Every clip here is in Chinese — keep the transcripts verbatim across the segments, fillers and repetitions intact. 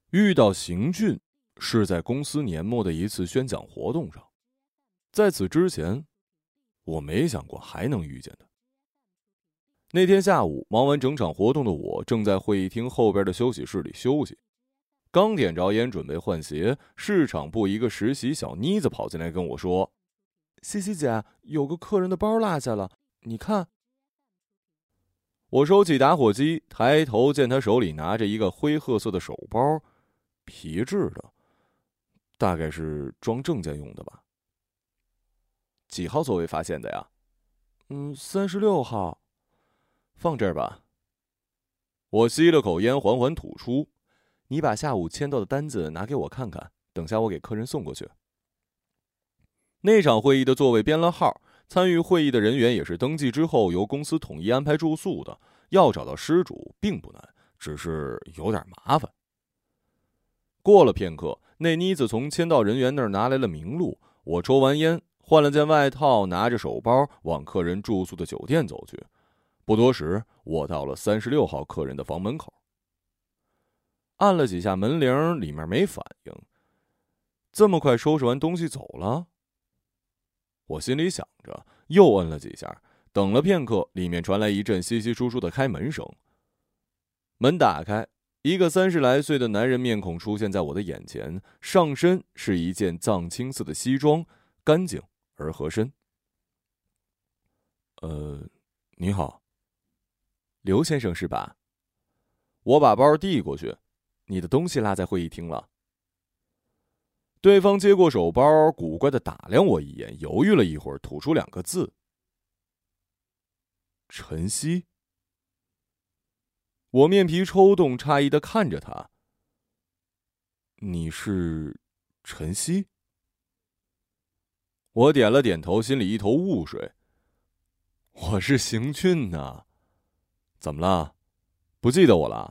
遇到邢俊是在公司年末的一次宣讲活动上，在此之前，我没想过还能遇见他。那天下午忙完整场活动的我，正在会议厅后边的休息室里休息，刚点着烟准备换鞋，市场部一个实习小妮子跑进来跟我说：“西西姐，有个客人的包落下了，你看。”我收起打火机，抬头见他手里拿着一个灰褐色的手包，皮质的，大概是装证件用的吧。几号座位发现的呀？嗯，三十六号。放这儿吧。我吸了口烟，缓缓吐出：“你把下午签到的单子拿给我看看，等下我给客人送过去。”那场会议的座位编了号，参与会议的人员也是登记之后由公司统一安排住宿的。要找到失主并不难，只是有点麻烦。过了片刻，那妮子从签到人员那儿拿来了名录。我抽完烟，换了件外套，拿着手包往客人住宿的酒店走去。不多时，我到了三十六号客人的房门口，按了几下门铃，里面没反应。这么快收拾完东西走了？我心里想着，又摁了几下。等了片刻，里面传来一阵稀稀疏疏的开门声。门打开，一个三十来岁的男人面孔出现在我的眼前，上身是一件藏青色的西装，干净而合身。呃，你好，刘先生是吧？我把包递过去，你的东西落在会议厅了。对方接过手包，古怪地打量我一眼，犹豫了一会儿，吐出两个字：晨曦。我面皮抽动，诧异地看着他：“你是晨曦？”我点了点头，心里一头雾水。我是邢俊呐，怎么了？不记得我了？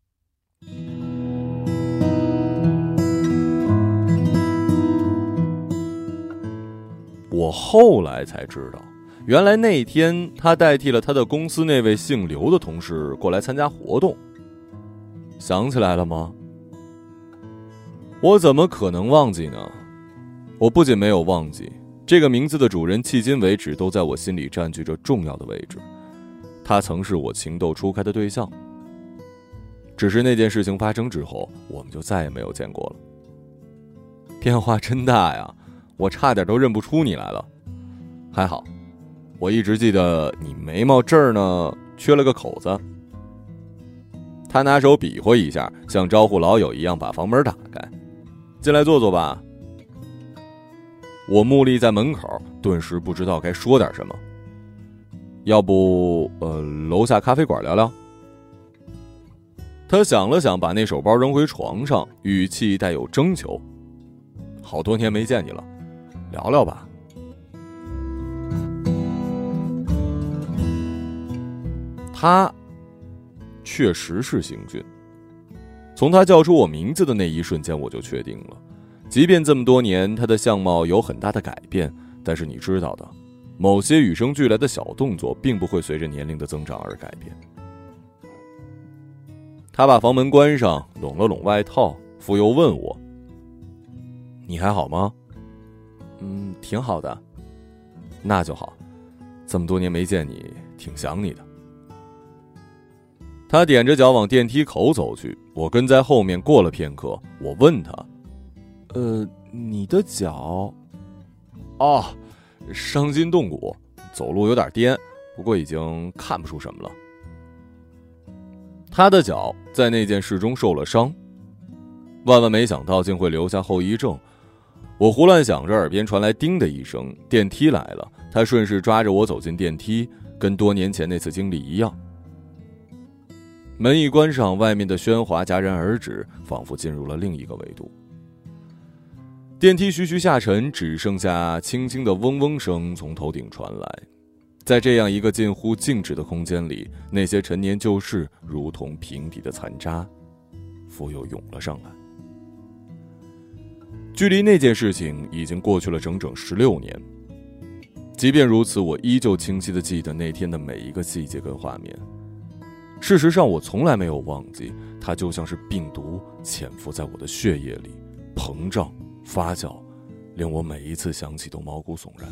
我后来才知道，原来那天他代替了他的公司那位姓刘的同事过来参加活动。想起来了吗？我怎么可能忘记呢？我不仅没有忘记，这个名字的主人迄今为止都在我心里占据着重要的位置。他曾是我情窦初开的对象，只是那件事情发生之后，我们就再也没有见过了。变化真大呀，我差点都认不出你来了。还好我一直记得你眉毛这儿呢缺了个口子。他拿手比划一下，像招呼老友一样把房门打开：“进来坐坐吧。”我目立在门口，顿时不知道该说点什么。要不呃，楼下咖啡馆聊聊？他想了想，把那手包扔回床上，语气带有征求：“好多年没见你了，聊聊吧。”他确实是邢俊。从他叫出我名字的那一瞬间，我就确定了，即便这么多年他的相貌有很大的改变，但是你知道的，某些与生俱来的小动作并不会随着年龄的增长而改变。他把房门关上，拢了拢外套，复又问我：“你还好吗？”“嗯，挺好的。”“那就好，这么多年没见你，挺想你的。”他踮着脚往电梯口走去，我跟在后面。过了片刻，我问他：“呃，你的脚？”“哦，伤筋动骨，走路有点颠，不过已经看不出什么了。”他的脚在那件事中受了伤，万万没想到竟会留下后遗症。我胡乱想着，耳边传来叮的一声，电梯来了。他顺势抓着我走进电梯，跟多年前那次经历一样。门一关上，外面的喧哗戛然而止，仿佛进入了另一个维度。电梯徐徐下沉，只剩下轻轻的嗡嗡声从头顶传来。在这样一个近乎静止的空间里，那些陈年旧事如同平底的残渣，复又涌了上来。距离那件事情已经过去了整整十六年，即便如此，我依旧清晰地记得那天的每一个细节跟画面。事实上，我从来没有忘记， 它就像是病毒潜伏在我的血液里，膨胀发酵，令我每一次想起都毛骨悚然。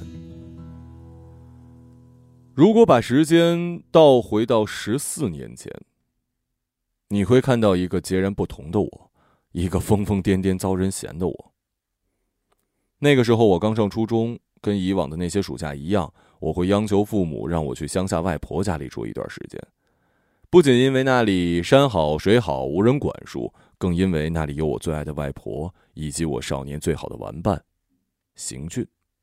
如果把时间倒回到十四年前，你会看到一个截然不同的我，一个疯疯癫癫遭人嫌的我。那个时候我刚上初中，跟以往的那些暑假一样，我会央求父母让我去乡下外婆家里住一段时间。不仅因为那里山好水好无人管束，更因为那里有我最爱的外婆，以及我少年最好的玩伴邢俊。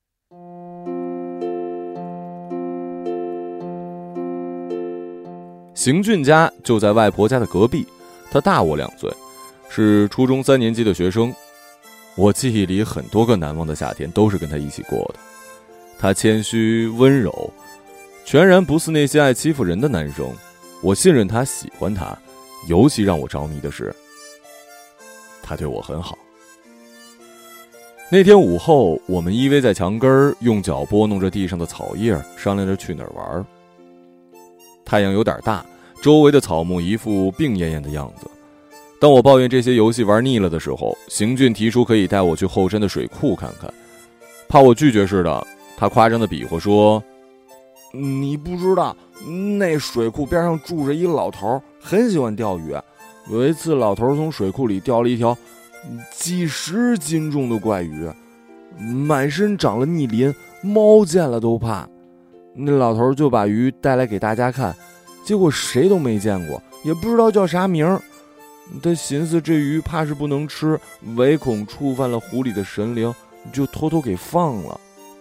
邢俊家就在外婆家的隔壁，他大我两岁，是初中三年级的学生。我记忆里很多个难忘的夏天都是跟他一起过的。他谦虚温柔，全然不似那些爱欺负人的男生。我信任他，喜欢他，尤其让我着迷的是，他对我很好。那天午后，我们依偎在墙根儿，用脚拨弄着地上的草叶，商量着去哪儿玩。太阳有点大，周围的草木一副病恹恹的样子。当我抱怨这些游戏玩腻了的时候，邢俊提出可以带我去后山的水库看看。怕我拒绝似的，他夸张的比划说：“你不知道，那水库边上住着一老头，很喜欢钓鱼。有一次，老头从水库里钓了一条几十斤重的怪鱼，满身长了逆鳞，猫见了都怕。那老头就把鱼带来给大家看，结果谁都没见过，也不知道叫啥名。他寻思这鱼怕是不能吃，唯恐触犯了湖里的神灵，就偷偷给放了。”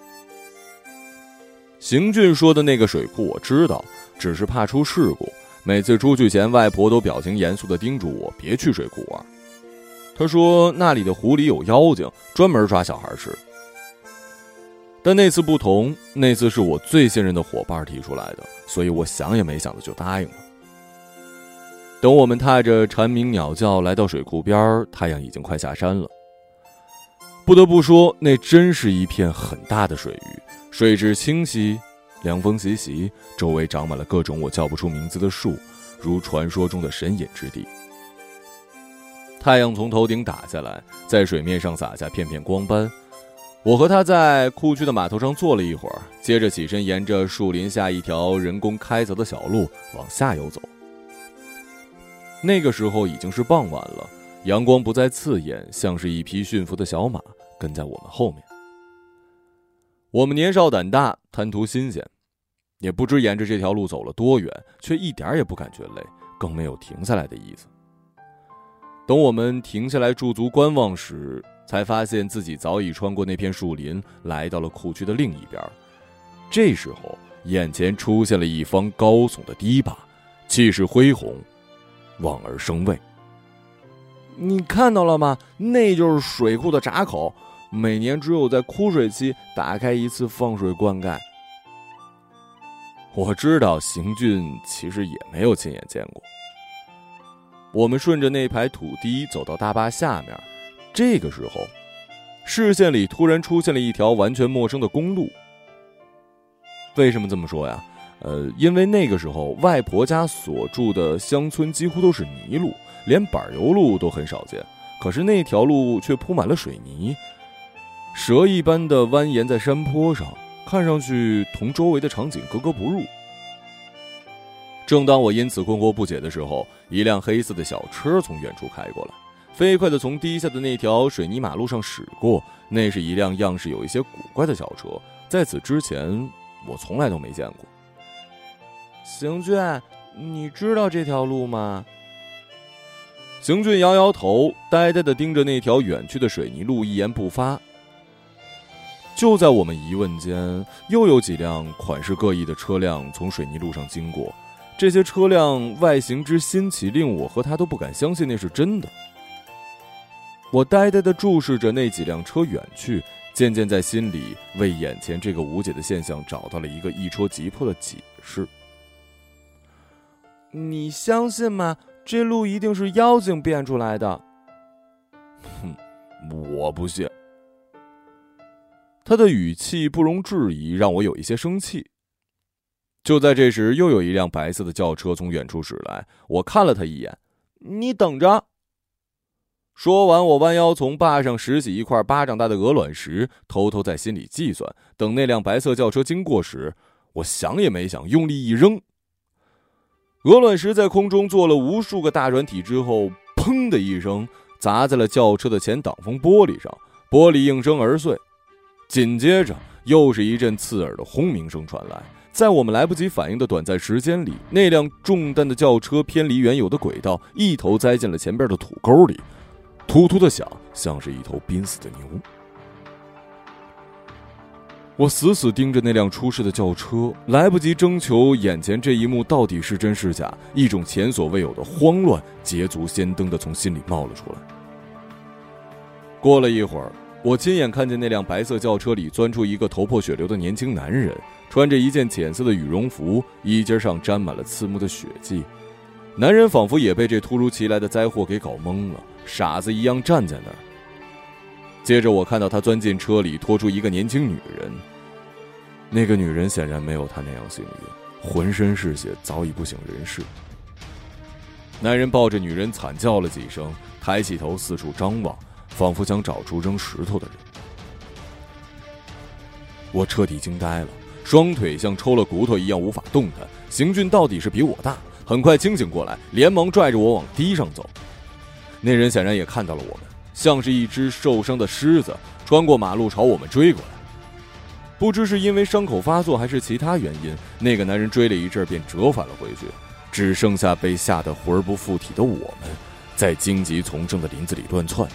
邢俊说的那个水库我知道，只是怕出事故，每次出去前外婆都表情严肃地叮嘱我别去水库玩。他说那里的湖里有妖精，专门抓小孩吃。但那次不同，那次是我最信任的伙伴提出来的，所以我想也没想的就答应了。等我们踏着蝉鸣鸟叫来到水库边，太阳已经快下山了。不得不说，那真是一片很大的水域，水质清晰，凉风习习，周围长满了各种我叫不出名字的树，如传说中的神隐之地。太阳从头顶打下来，在水面上洒下片片光斑。我和他在库区的码头上坐了一会儿，接着起身沿着树林下一条人工开凿的小路往下游走。那个时候已经是傍晚了，阳光不再刺眼，像是一匹驯服的小马跟在我们后面。我们年少胆大，贪图新鲜，也不知沿着这条路走了多远，却一点也不感觉累，更没有停下来的意思。等我们停下来驻足观望时，才发现自己早已穿过那片树林，来到了库区的另一边。这时候眼前出现了一方高耸的堤坝，气势恢宏，望而生畏。你看到了吗？那就是水库的闸口，每年只有在枯水期打开一次放水灌溉。我知道邢俊其实也没有亲眼见过。我们顺着那排土堤走到大坝下面，这个时候视线里突然出现了一条完全陌生的公路。为什么这么说呀？呃，因为那个时候外婆家所住的乡村几乎都是泥路，连柏油路都很少见，可是那条路却铺满了水泥，蛇一般的蜿蜒在山坡上，看上去同周围的场景格格不入。正当我因此困惑不解的时候，一辆黑色的小车从远处开过来，飞快地从堤下的那条水泥马路上驶过。那是一辆样式有一些古怪的小车，在此之前我从来都没见过。邢俊，你知道这条路吗？邢俊摇摇头，呆呆地盯着那条远去的水泥路，一言不发。就在我们疑问间，又有几辆款式各异的车辆从水泥路上经过。这些车辆外形之新奇，令我和他都不敢相信那是真的。我呆呆地注视着那几辆车远去，渐渐在心里为眼前这个无解的现象找到了一个一戳即破的解释。你相信吗？这路一定是妖精变出来的。哼，我不信。他的语气不容置疑，让我有一些生气。就在这时，又有一辆白色的轿车从远处驶来，我看了他一眼。 你等着。说完，我弯腰从坝上拾起一块巴掌大的鹅卵石，偷偷在心里计算，等那辆白色轿车经过时，我想也没想，用力一扔。鹅卵石在空中做了无数个大转体之后，砰的一声砸在了轿车的前挡风玻璃上，玻璃应声而碎。紧接着又是一阵刺耳的轰鸣声传来，在我们来不及反应的短暂时间里，那辆重担的轿车偏离原有的轨道，一头栽进了前边的土沟里，突突的响，像是一头濒死的牛。我死死盯着那辆出事的轿车，来不及征求眼前这一幕到底是真是假，一种前所未有的慌乱捷足先登地从心里冒了出来。过了一会儿，我亲眼看见那辆白色轿车里钻出一个头破血流的年轻男人，穿着一件浅色的羽绒服，衣襟上沾满了刺目的血迹。男人仿佛也被这突如其来的灾祸给搞懵了，傻子一样站在那儿。接着我看到他钻进车里，拖出一个年轻女人。那个女人显然没有他那样幸运，浑身是血，早已不省人事。男人抱着女人惨叫了几声，抬起头四处张望，仿佛想找出扔石头的人。我彻底惊呆了，双腿像抽了骨头一样无法动弹。邢俊到底是比我大，很快清醒过来，连忙拽着我往堤上走。那人显然也看到了我们，像是一只受伤的狮子，穿过马路朝我们追过来。不知是因为伤口发作还是其他原因，那个男人追了一阵便折返了回去，只剩下被吓得魂不附体的我们，在荆棘丛生的林子里乱窜。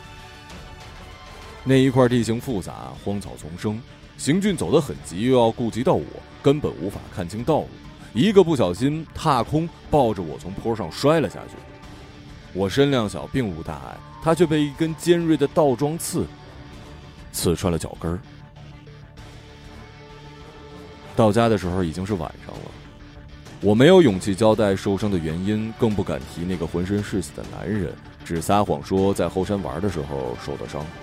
那一块地形复杂，荒草丛生，邢俊走得很急，又要顾及到我，根本无法看清道路，一个不小心踏空，抱着我从坡上摔了下去。我身量小，并无大碍，他却被一根尖锐的倒装刺刺穿了脚跟儿。到家的时候已经是晚上了，我没有勇气交代受伤的原因，更不敢提那个浑身是血的男人，只撒谎说在后山玩的时候受的伤。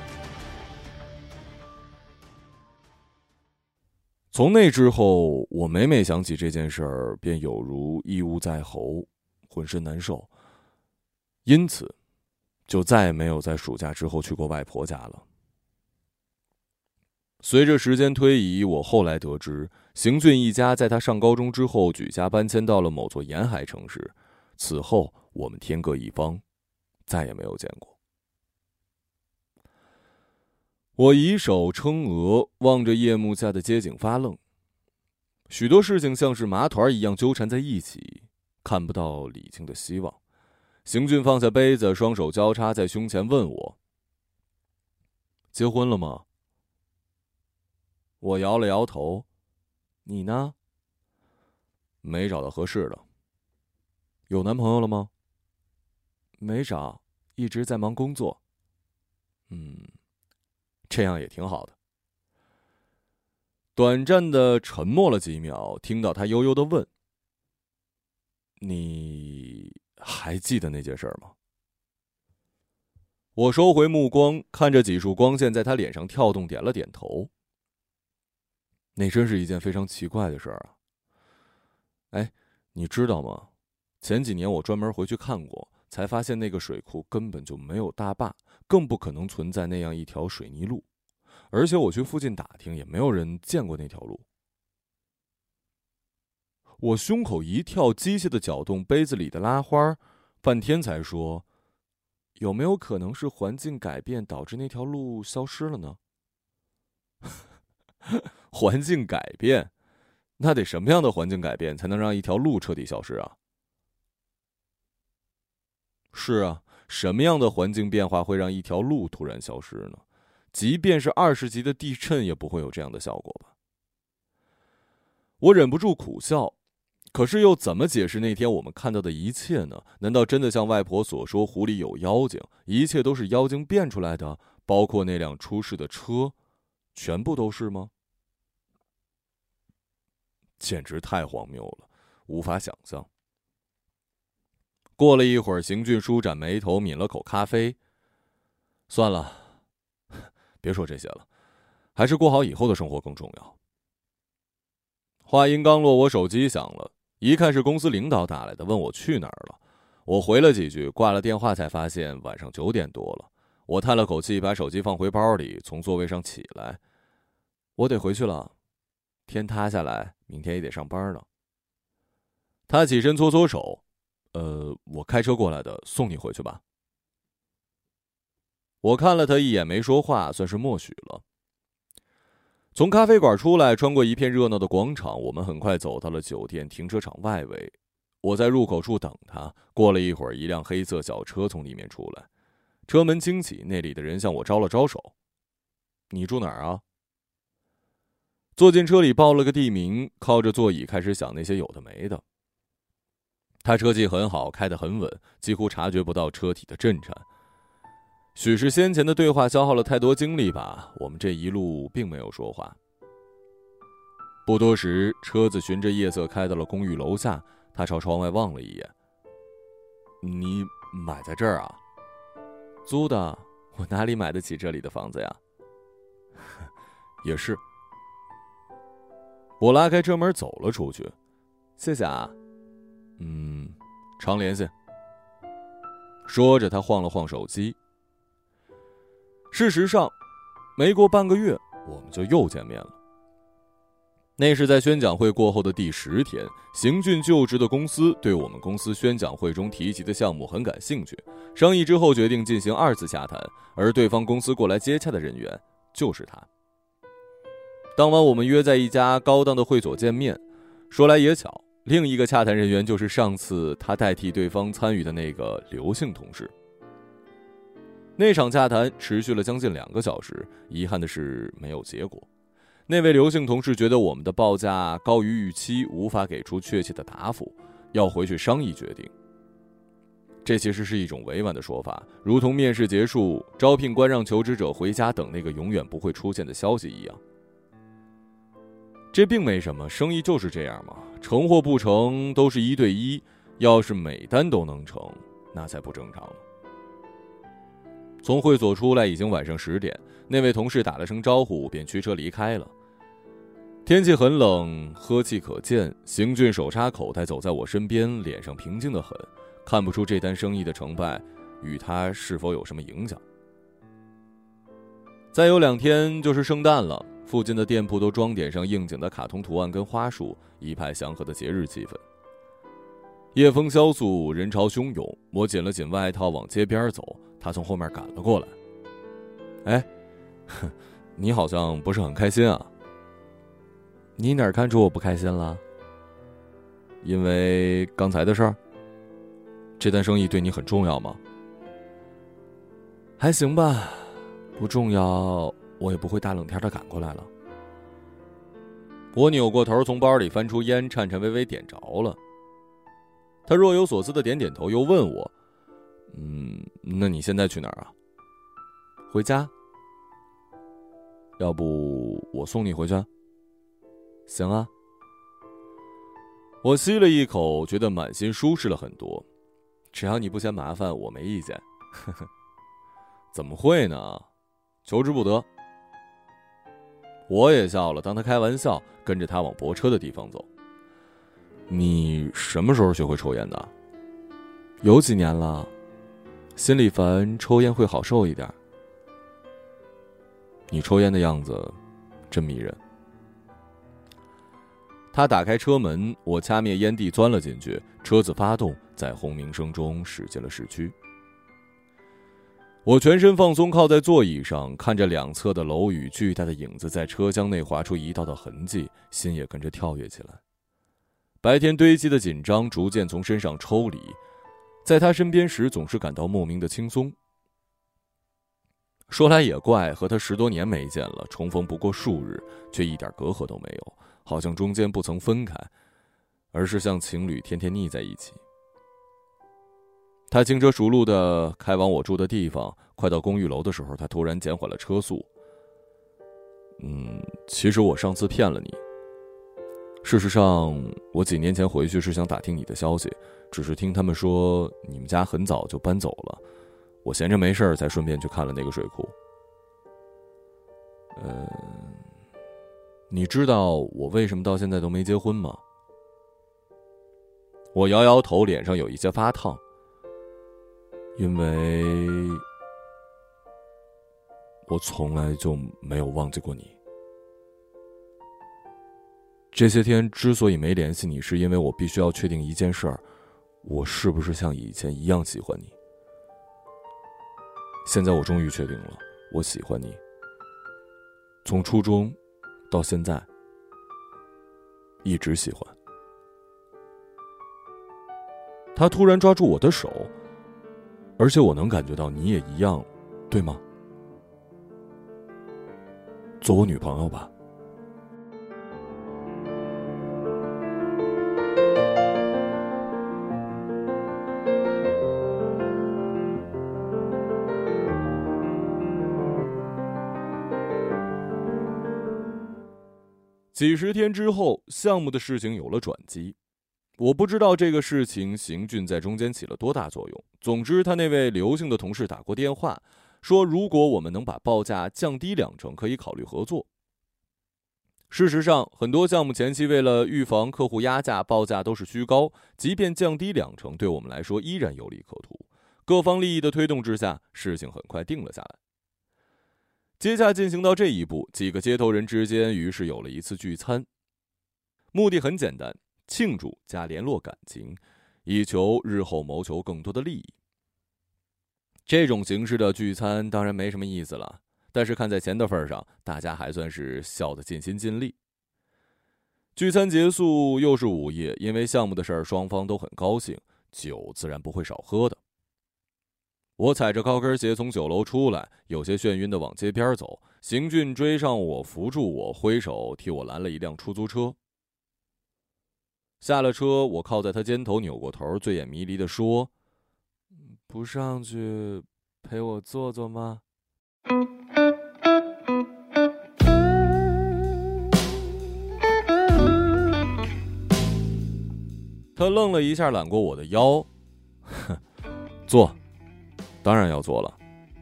从那之后，我每每想起这件事儿，便有如异物在喉，浑身难受，因此就再也没有在暑假之后去过外婆家了。随着时间推移，我后来得知，邢俊一家在他上高中之后举家搬迁到了某座沿海城市，此后我们天各一方，再也没有见过。我以手撑额，望着夜幕下的街景发愣，许多事情像是麻团一样纠缠在一起，看不到理清的希望。邢俊放下杯子，双手交叉在胸前，问我：结婚了吗？我摇了摇头。你呢？没找到合适的。有男朋友了吗？没找，一直在忙工作。嗯，这样也挺好的。短暂的沉默了几秒，听到他悠悠地问：你还记得那件事吗？我收回目光，看着几束光线在他脸上跳动，点了点头。那真是一件非常奇怪的事儿啊！哎，你知道吗？前几年我专门回去看过，才发现那个水库根本就没有大坝，更不可能存在那样一条水泥路，而且我去附近打听，也没有人见过那条路。我胸口一跳，机械的搅动杯子里的拉花，半天才说：有没有可能是环境改变导致那条路消失了呢？环境改变？那得什么样的环境改变才能让一条路彻底消失啊？是啊，什么样的环境变化会让一条路突然消失呢？即便是二十级的地震也不会有这样的效果吧？我忍不住苦笑，可是又怎么解释那天我们看到的一切呢？难道真的像外婆所说，湖里有妖精，一切都是妖精变出来的，包括那辆出事的车，全部都是吗？简直太荒谬了，无法想象。过了一会儿，邢俊舒展眉头，抿了口咖啡。算了，别说这些了，还是过好以后的生活更重要。话音刚落，我手机响了，一看是公司领导打来的，问我去哪儿了。 我回了几句，挂了电话才发现晚上九点多了。我叹了口气，把手机放回包里，从座位上起来。我得回去了，天塌下来，明天也得上班呢。他起身搓搓手，呃，我开车过来的，送你回去吧。我看了他一眼，没说话，算是默许了。从咖啡馆出来，穿过一片热闹的广场，我们很快走到了酒店停车场外围。我在入口处等他，过了一会儿，一辆黑色小车从里面出来，车门轻启，那里的人向我招了招手。你住哪儿啊？坐进车里报了个地名，靠着座椅开始想那些有的没的。他车技很好，开得很稳，几乎察觉不到车体的震颤。许是先前的对话消耗了太多精力吧，我们这一路并没有说话。不多时，车子循着夜色开到了公寓楼下，他朝窗外望了一眼。你买在这儿啊？租的，我哪里买得起这里的房子呀？也是。我拉开车门走了出去。谢谢啊。嗯，常联系。说着他晃了晃手机。事实上，没过半个月，我们就又见面了。那是在宣讲会过后的第十天，邢俊就职的公司对我们公司宣讲会中提及的项目很感兴趣，商议之后决定进行二次洽谈，而对方公司过来接洽的人员就是他。当晚我们约在一家高档的会所见面，说来也巧，另一个洽谈人员就是上次他代替对方参与的那个刘姓同事。那场洽谈持续了将近两个小时，遗憾的是没有结果。那位刘姓同事觉得我们的报价高于预期，无法给出确切的答复，要回去商议决定。这其实是一种委婉的说法，如同面试结束，招聘官让求职者回家等那个永远不会出现的消息一样。这并没什么，生意就是这样嘛，成或不成都是一对一，要是每单都能成，那才不正常呢。从会所出来已经晚上十点，那位同事打了声招呼便驱车离开了。天气很冷，呵气可见，邢俊手插口袋走在我身边，脸上平静得很，看不出这单生意的成败与他是否有什么影响。再有两天就是圣诞了，附近的店铺都装点上应景的卡通图案跟花束，一派祥和的节日气氛。夜风萧肃，人潮汹涌，我紧了紧外套往街边走，他从后面赶了过来。哎，你好像不是很开心啊。你哪儿看出我不开心了？因为刚才的事儿。这单生意对你很重要吗？还行吧，不重要我也不会大冷天的赶过来了。我扭过头，从包里翻出烟，颤颤巍巍点着了。他若有所思的点点头，又问我：嗯，那你现在去哪儿啊？回家。要不我送你回去？行啊。我吸了一口，觉得满心舒适了很多。只要你不嫌麻烦，我没意见。呵呵，怎么会呢？求之不得。我也笑了，当他开玩笑，跟着他往泊车的地方走。你什么时候学会抽烟的？有几年了，心里烦，抽烟会好受一点。你抽烟的样子真迷人。他打开车门，我掐灭烟蒂钻了进去，车子发动，在轰鸣声中驶进了市区。我全身放松，靠在座椅上，看着两侧的楼宇巨大的影子在车厢内划出一道道痕迹，心也跟着跳跃起来。白天堆积的紧张逐渐从身上抽离，在他身边时总是感到莫名的轻松。说来也怪，和他十多年没见了，重逢不过数日，却一点隔阂都没有，好像中间不曾分开，而是像情侣天天腻在一起。他轻车熟路地开往我住的地方，快到公寓楼的时候，他突然减缓了车速。嗯，其实我上次骗了你。事实上，我几年前回去是想打听你的消息，只是听他们说你们家很早就搬走了，我闲着没事才顺便去看了那个水库。嗯，你知道我为什么到现在都没结婚吗？我摇摇头，脸上有一些发烫。 因为我从来就没有忘记过你。这些天之所以没联系你，是因为我必须要确定一件事儿，我是不是像以前一样喜欢你。现在我终于确定了，我喜欢你。从初中到现在，一直喜欢。他突然抓住我的手，而且我能感觉到你也一样，对吗？做我女朋友吧。几十天之后，项目的事情有了转机。我不知道这个事情邢俊在中间起了多大作用。总之，他那位刘姓的同事打过电话，说如果我们能把报价降低两成，可以考虑合作。事实上，很多项目前期为了预防客户压价，报价都是虚高，即便降低两成，对我们来说依然有利可图。各方利益的推动之下，事情很快定了下来。接洽进行到这一步，几个接头人之间于是有了一次聚餐，目的很简单，庆祝加联络感情，以求日后谋求更多的利益。这种形式的聚餐当然没什么意思了，但是看在钱的份上，大家还算是笑得尽心尽力。聚餐结束，又是午夜，因为项目的事儿，双方都很高兴，酒自然不会少喝的。我踩着高跟鞋从酒楼出来，有些眩晕地往街边走。邢俊追上我，扶住我，挥手替我拦了一辆出租车。下了车，我靠在他肩头，扭过头，醉眼迷离地说：“不上去陪我坐坐吗？”他愣了一下，揽过我的腰，哼，坐。当然要做了。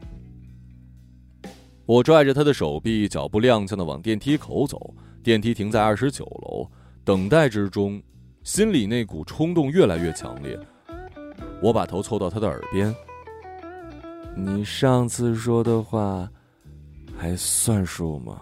我拽着他的手臂，脚步踉跄地往电梯口走。电梯停在二十九楼，等待之中，心里那股冲动越来越强烈。我把头凑到他的耳边：“你上次说的话还算数吗？”“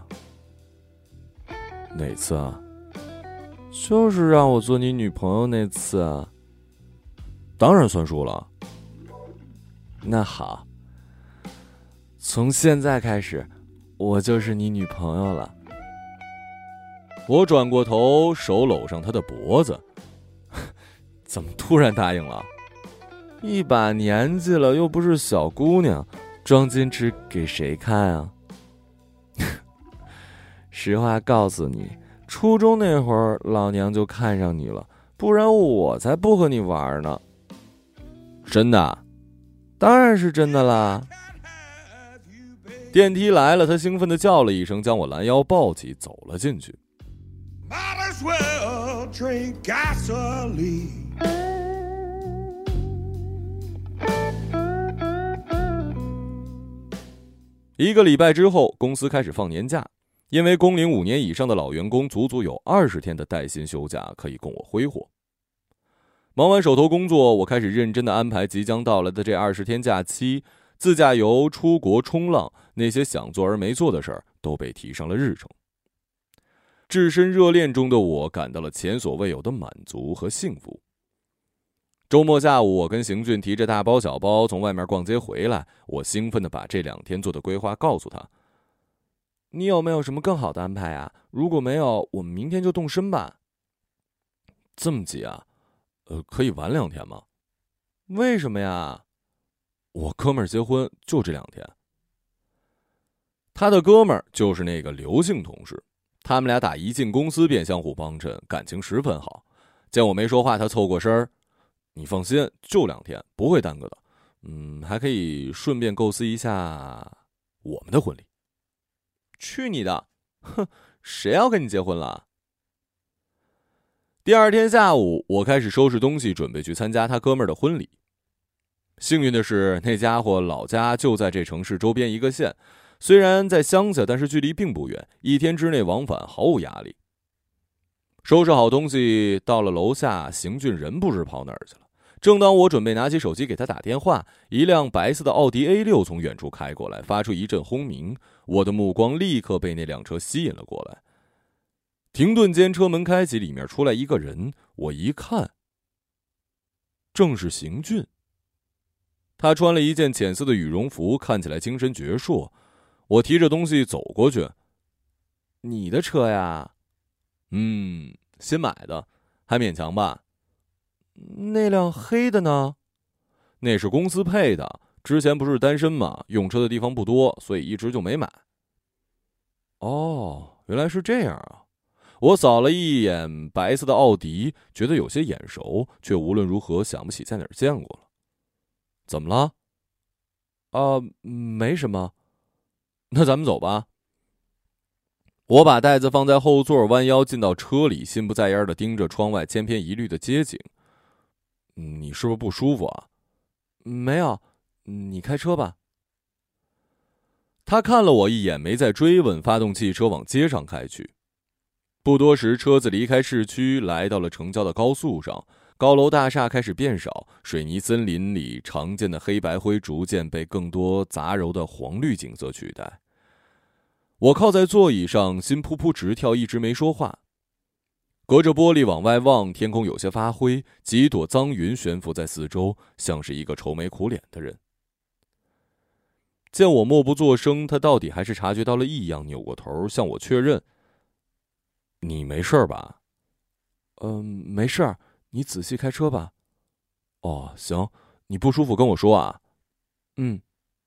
哪次啊？”“就是让我做你女朋友那次啊。”“当然算数了。”“那好，从现在开始，我就是你女朋友了。”我转过头，手搂上她的脖子。怎么突然答应了？一把年纪了，又不是小姑娘，装矜持给谁看啊？实话告诉你，初中那会儿，老娘就看上你了，不然我才不和你玩呢。真的？当然是真的啦。电梯来了，他兴奋地叫了一声，将我拦腰抱起，走了进去。一个礼拜之后，公司开始放年假，因为工龄五年以上的老员工足足有二十天的带薪休假可以供我挥霍。忙完手头工作，我开始认真地安排即将到来的这二十天假期，自驾游、出国冲浪，那些想做而没做的事儿都被提上了日程。置身热恋中的我感到了前所未有的满足和幸福。周末下午，我跟邢俊提着大包小包从外面逛街回来，我兴奋地把这两天做的规划告诉他。你有没有什么更好的安排啊？如果没有，我们明天就动身吧。这么急啊？呃，可以晚两天吗？为什么呀？我哥们儿结婚就这两天。他的哥们儿就是那个刘姓同事，他们俩打一进公司便相互帮衬，感情十分好。见我没说话，他凑过身儿：“你放心，就两天，不会耽搁的。嗯，还可以顺便构思一下我们的婚礼。”去你的！哼，谁要跟你结婚了？第二天下午，我开始收拾东西，准备去参加他哥们儿的婚礼。幸运的是，那家伙老家就在这城市周边一个县，虽然在乡下，但是距离并不远，一天之内往返毫无压力。收拾好东西，到了楼下，邢俊人不知跑哪儿去了， 正当我准备拿起手机给他打电话，一辆白色的奥迪 A 六 从远处开过来，发出一阵轰鸣。我的目光立刻被那辆车吸引了过来。停顿间，车门开启，里面出来一个人。我一看，正是邢俊。他穿了一件浅色的羽绒服，看起来精神矍铄。我提着东西走过去。你的车呀？嗯，新买的，还勉强吧。那辆黑的呢？那是公司配的，之前不是单身嘛，用车的地方不多，所以一直就没买。哦，原来是这样啊。我扫了一眼白色的奥迪，觉得有些眼熟，却无论如何想不起在哪儿见过了。怎么了？啊，没什么。那咱们走吧。我把袋子放在后座，弯腰进到车里，心不在焉地盯着窗外千篇一律的街景。你是不是不舒服啊？没有，你开车吧。他看了我一眼，没再追问，发动汽车往街上开去。不多时，车子离开市区，来到了城郊的高速上。高楼大厦开始变少，水泥森林里常见的黑白灰逐渐被更多杂糅的黄绿景色取代。我靠在座椅上，心扑扑直跳，一直没说话。隔着玻璃往外望，天空有些发灰，几朵脏云悬浮在四周，像是一个愁眉苦脸的人。见我默不作声，他到底还是察觉到了异样，扭过头向我确认：“你没事吧？”“嗯，没事，你仔细开车吧。”“哦，行，你不舒服跟我说啊。”“嗯。”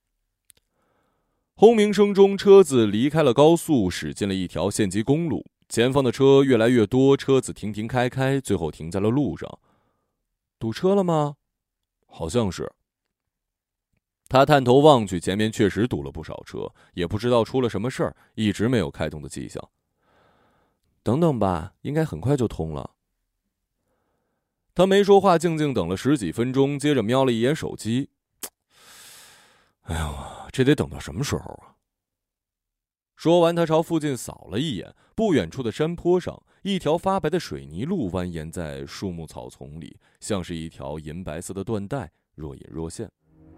轰鸣声中，车子离开了高速，驶进了一条县级公路。前方的车越来越多，车子停停开开，最后停在了路上。堵车了吗？好像是。他探头望去，前面确实堵了不少车，也不知道出了什么事儿，一直没有开动的迹象。等等吧，应该很快就通了。他没说话，静静等了十几分钟，接着瞄了一眼手机。哎呦，这得等到什么时候啊？说完，他朝附近扫了一眼，不远处的山坡上，一条发白的水泥路蜿蜒在树木草丛里，像是一条银白色的缎带，若隐若现。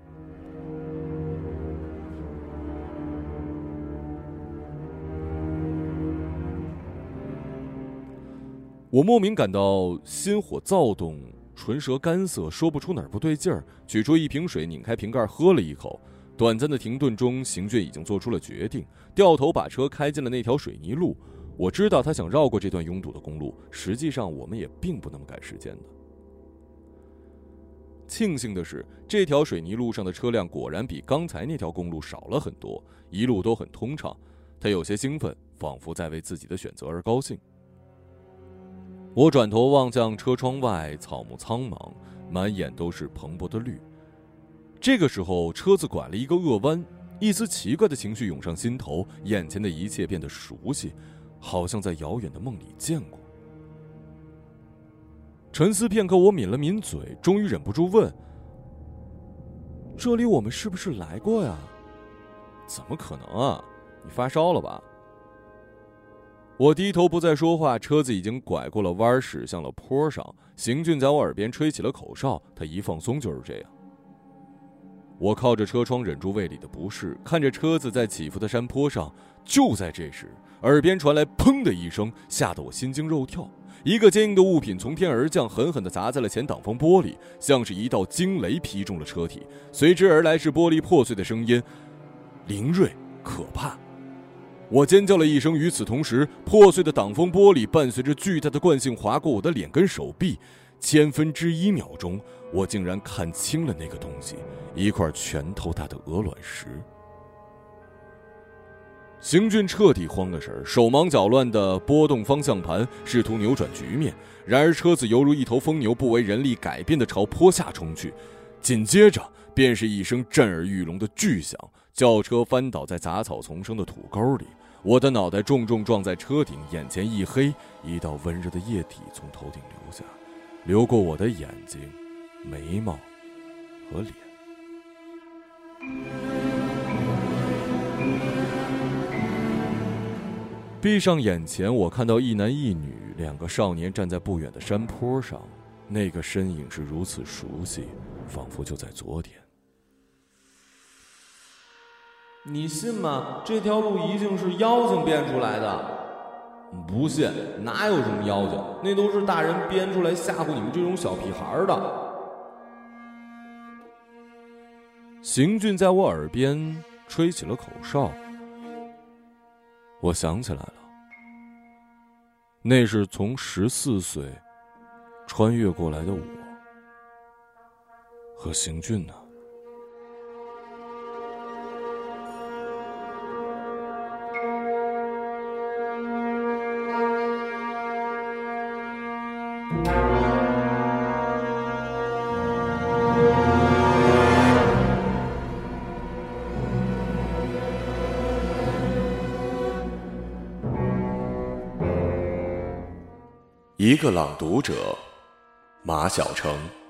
我莫名感到心火躁动，唇舌干涩，说不出哪儿不对劲儿。取出一瓶水，拧开瓶盖，喝了一口。短暂的停顿中，邢俊已经做出了决定，掉头把车开进了那条水泥路。我知道他想绕过这段拥堵的公路，实际上我们也并不那么赶时间的。庆幸的是，这条水泥路上的车辆果然比刚才那条公路少了很多，一路都很通畅。他有些兴奋，仿佛在为自己的选择而高兴。我转头望向车窗外，草木苍茫，满眼都是蓬勃的绿。这个时候，车子拐了一个恶弯，一丝奇怪的情绪涌上心头，眼前的一切变得熟悉，好像在遥远的梦里见过。沉思片刻，我抿了抿嘴，终于忍不住问：“这里我们是不是来过呀？”“怎么可能啊？你发烧了吧？”我低头不再说话，车子已经拐过了弯，驶向了坡上。邢俊在我耳边吹起了口哨，他一放松就是这样。我靠着车窗忍住胃里的不适，看着车子在起伏的山坡上。就在这时，耳边传来砰的一声，吓得我心惊肉跳。一个坚硬的物品从天而降，狠狠地砸在了前挡风玻璃，像是一道惊雷劈中了车体。随之而来是玻璃破碎的声音，凌锐可怕。我尖叫了一声，与此同时，破碎的挡风玻璃伴随着巨大的惯性划过我的脸跟手臂。千分之一秒钟，我竟然看清了那个东西，一块拳头大的鹅卵石。邢俊彻底慌了神，手忙脚乱地拨动方向盘，试图扭转局面。然而车子犹如一头疯牛，不为人力改变地朝坡下冲去。紧接着便是一声震耳欲聋的巨响，轿车翻倒在杂草丛生的土沟里。我的脑袋重重撞在车顶，眼前一黑，一道温热的液体从头顶流下，流过我的眼睛、眉毛和脸。闭上眼前，我看到一男一女两个少年站在不远的山坡上， 那个身影是如此熟悉，仿佛就在昨天。 你信吗？这条路一定是妖精编出来的。不信，哪有什么妖精？那都是大人编出来吓唬你们这种小屁孩的。 邢俊在我耳边吹起了口哨，我想起来了，那是从十四岁穿越过来的我，和邢俊呢？ 一个朗读者，马晓成。